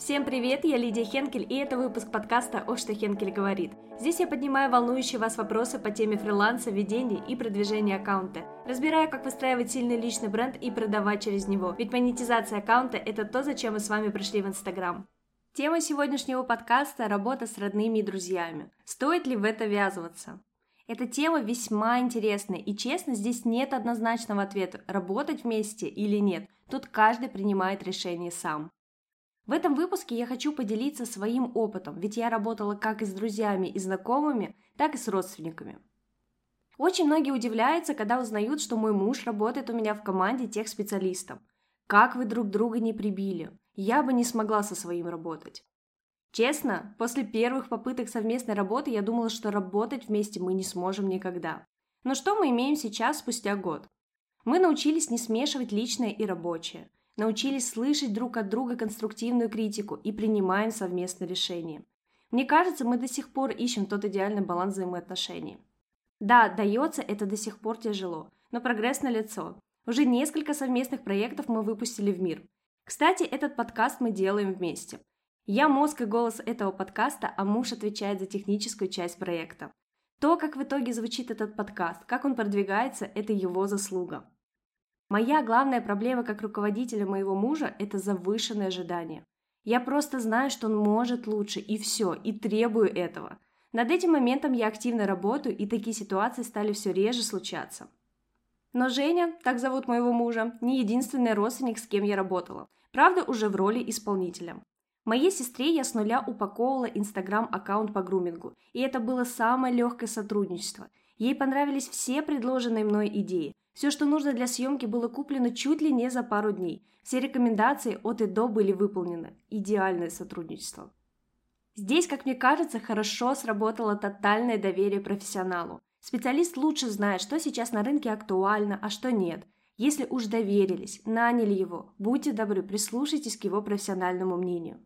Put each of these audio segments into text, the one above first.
Всем привет, я Лидия Хенкель, и это выпуск подкаста «О, что Хенкель говорит». Здесь я поднимаю волнующие вас вопросы по теме фриланса, ведения и продвижения аккаунта. Разбираю, как выстраивать сильный личный бренд и продавать через него, ведь монетизация аккаунта – это то, зачем мы с вами пришли в Инстаграм. Тема сегодняшнего подкаста – работа с родными и друзьями. Стоит ли в это ввязываться? Эта тема весьма интересная, и честно, здесь нет однозначного ответа – работать вместе или нет. Тут каждый принимает решение сам. В этом выпуске я хочу поделиться своим опытом, ведь я работала как и с друзьями и знакомыми, так и с родственниками. Очень многие удивляются, когда узнают, что мой муж работает у меня в команде техспециалистом. Как вы друг друга не прибили? Я бы не смогла со своим работать. Честно, после первых попыток совместной работы я думала, что работать вместе мы не сможем никогда. Но что мы имеем сейчас, спустя год? Мы научились не смешивать личное и рабочее. Научились слышать друг от друга конструктивную критику и принимаем совместные решения. Мне кажется, мы до сих пор ищем тот идеальный баланс взаимоотношений. Да, дается это до сих пор тяжело, но прогресс налицо. Уже несколько совместных проектов мы выпустили в мир. Кстати, этот подкаст мы делаем вместе. Я мозг и голос этого подкаста, а муж отвечает за техническую часть проекта. То, как в итоге звучит этот подкаст, как он продвигается, это его заслуга. Моя главная проблема как руководителя моего мужа – это завышенные ожидания. Я просто знаю, что он может лучше, и все, и требую этого. Над этим моментом я активно работаю, и такие ситуации стали все реже случаться. Но Женя, так зовут моего мужа, не единственный родственник, с кем я работала. Правда, уже в роли исполнителя. Моей сестре я с нуля упаковывала Инстаграм-аккаунт по грумингу, и это было самое легкое сотрудничество. Ей понравились все предложенные мной идеи. Все, что нужно для съемки, было куплено чуть ли не за пару дней. Все рекомендации от и до были выполнены. Идеальное сотрудничество. Здесь, как мне кажется, хорошо сработало тотальное доверие профессионалу. Специалист лучше знает, что сейчас на рынке актуально, а что нет. Если уж доверились, наняли его, будьте добры, прислушайтесь к его профессиональному мнению.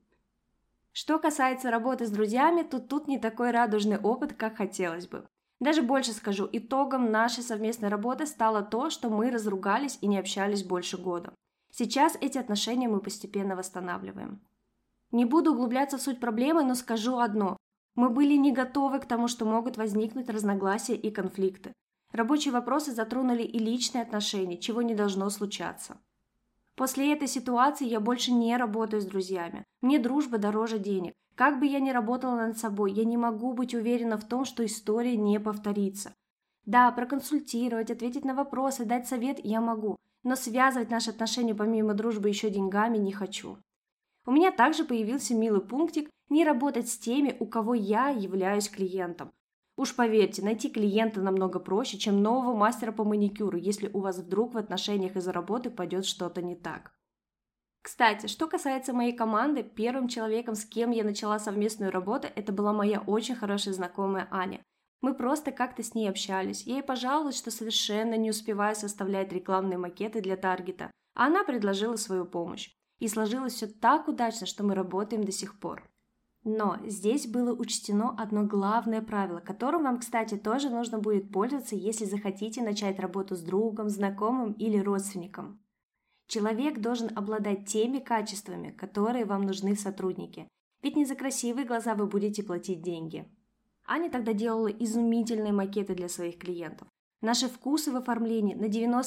Что касается работы с друзьями, то тут не такой радужный опыт, как хотелось бы. Даже больше скажу, итогом нашей совместной работы стало то, что мы разругались и не общались больше года. Сейчас эти отношения мы постепенно восстанавливаем. Не буду углубляться в суть проблемы, но скажу одно. Мы были не готовы к тому, что могут возникнуть разногласия и конфликты. Рабочие вопросы затронули и личные отношения, чего не должно случаться. После этой ситуации я больше не работаю с друзьями. Мне дружба дороже денег. Как бы я ни работала над собой, я не могу быть уверена в том, что история не повторится. Да, проконсультировать, ответить на вопросы, дать совет я могу, но связывать наши отношения помимо дружбы еще деньгами не хочу. У меня также появился милый пунктик не работать с теми, у кого я являюсь клиентом. Уж поверьте, найти клиента намного проще, чем нового мастера по маникюру, если у вас вдруг в отношениях из-за работы пойдет что-то не так. Кстати, что касается моей команды, первым человеком, с кем я начала совместную работу, это была моя очень хорошая знакомая Аня. Мы просто как-то с ней общались. Я ей пожаловалась, что совершенно не успеваю составлять рекламные макеты для таргета, а она предложила свою помощь. И сложилось все так удачно, что мы работаем до сих пор. Но здесь было учтено одно главное правило, которым вам, кстати, тоже нужно будет пользоваться, если захотите начать работу с другом, знакомым или родственником. Человек должен обладать теми качествами, которые вам нужны в сотруднике, ведь не за красивые глаза вы будете платить деньги. Аня тогда делала изумительные макеты для своих клиентов. Наши вкусы в оформлении на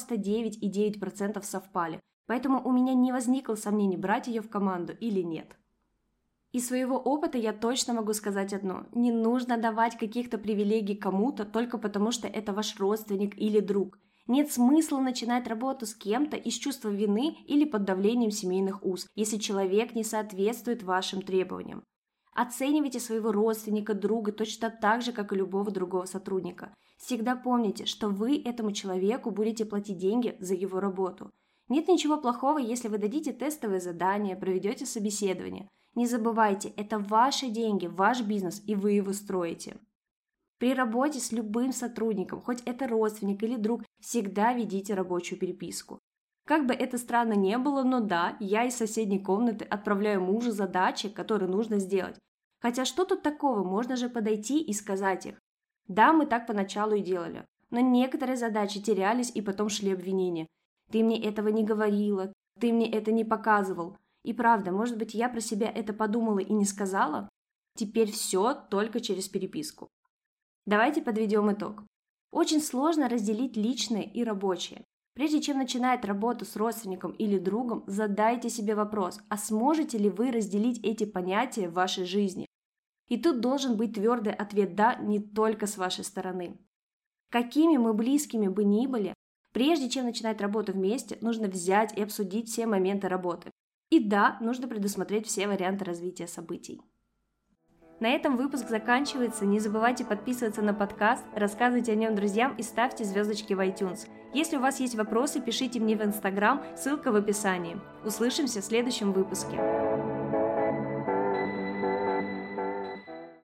99,9% совпали, поэтому у меня не возникло сомнений, брать ее в команду или нет. Из своего опыта я точно могу сказать одно: не нужно давать каких-то привилегий кому-то только потому, что это ваш родственник или друг. Нет смысла начинать работу с кем-то из чувства вины или под давлением семейных уз, если человек не соответствует вашим требованиям. Оценивайте своего родственника, друга точно так же, как и любого другого сотрудника. Всегда помните, что вы этому человеку будете платить деньги за его работу. Нет ничего плохого, если вы дадите тестовые задания, проведете собеседование. Не забывайте, это ваши деньги, ваш бизнес, и вы его строите. При работе с любым сотрудником, хоть это родственник или друг, всегда ведите рабочую переписку. Как бы это странно не было, но да, я из соседней комнаты отправляю мужу задачи, которые нужно сделать. Хотя что тут такого, можно же подойти и сказать их. Да, мы так поначалу и делали, но некоторые задачи терялись и потом шли обвинения. Ты мне этого не говорила, ты мне это не показывал. И правда, может быть, я про себя это подумала и не сказала? Теперь все только через переписку. Давайте подведем итог. Очень сложно разделить личное и рабочее. Прежде чем начинать работу с родственником или другом, задайте себе вопрос, а сможете ли вы разделить эти понятия в вашей жизни? И тут должен быть твердый ответ «да» не только с вашей стороны. Какими мы близкими бы ни были, прежде чем начинать работу вместе, нужно взять и обсудить все моменты работы. И да, нужно предусмотреть все варианты развития событий. На этом выпуск заканчивается. Не забывайте подписываться на подкаст, рассказывайте о нем друзьям и ставьте звездочки в iTunes. Если у вас есть вопросы, пишите мне в Instagram, ссылка в описании. Услышимся в следующем выпуске.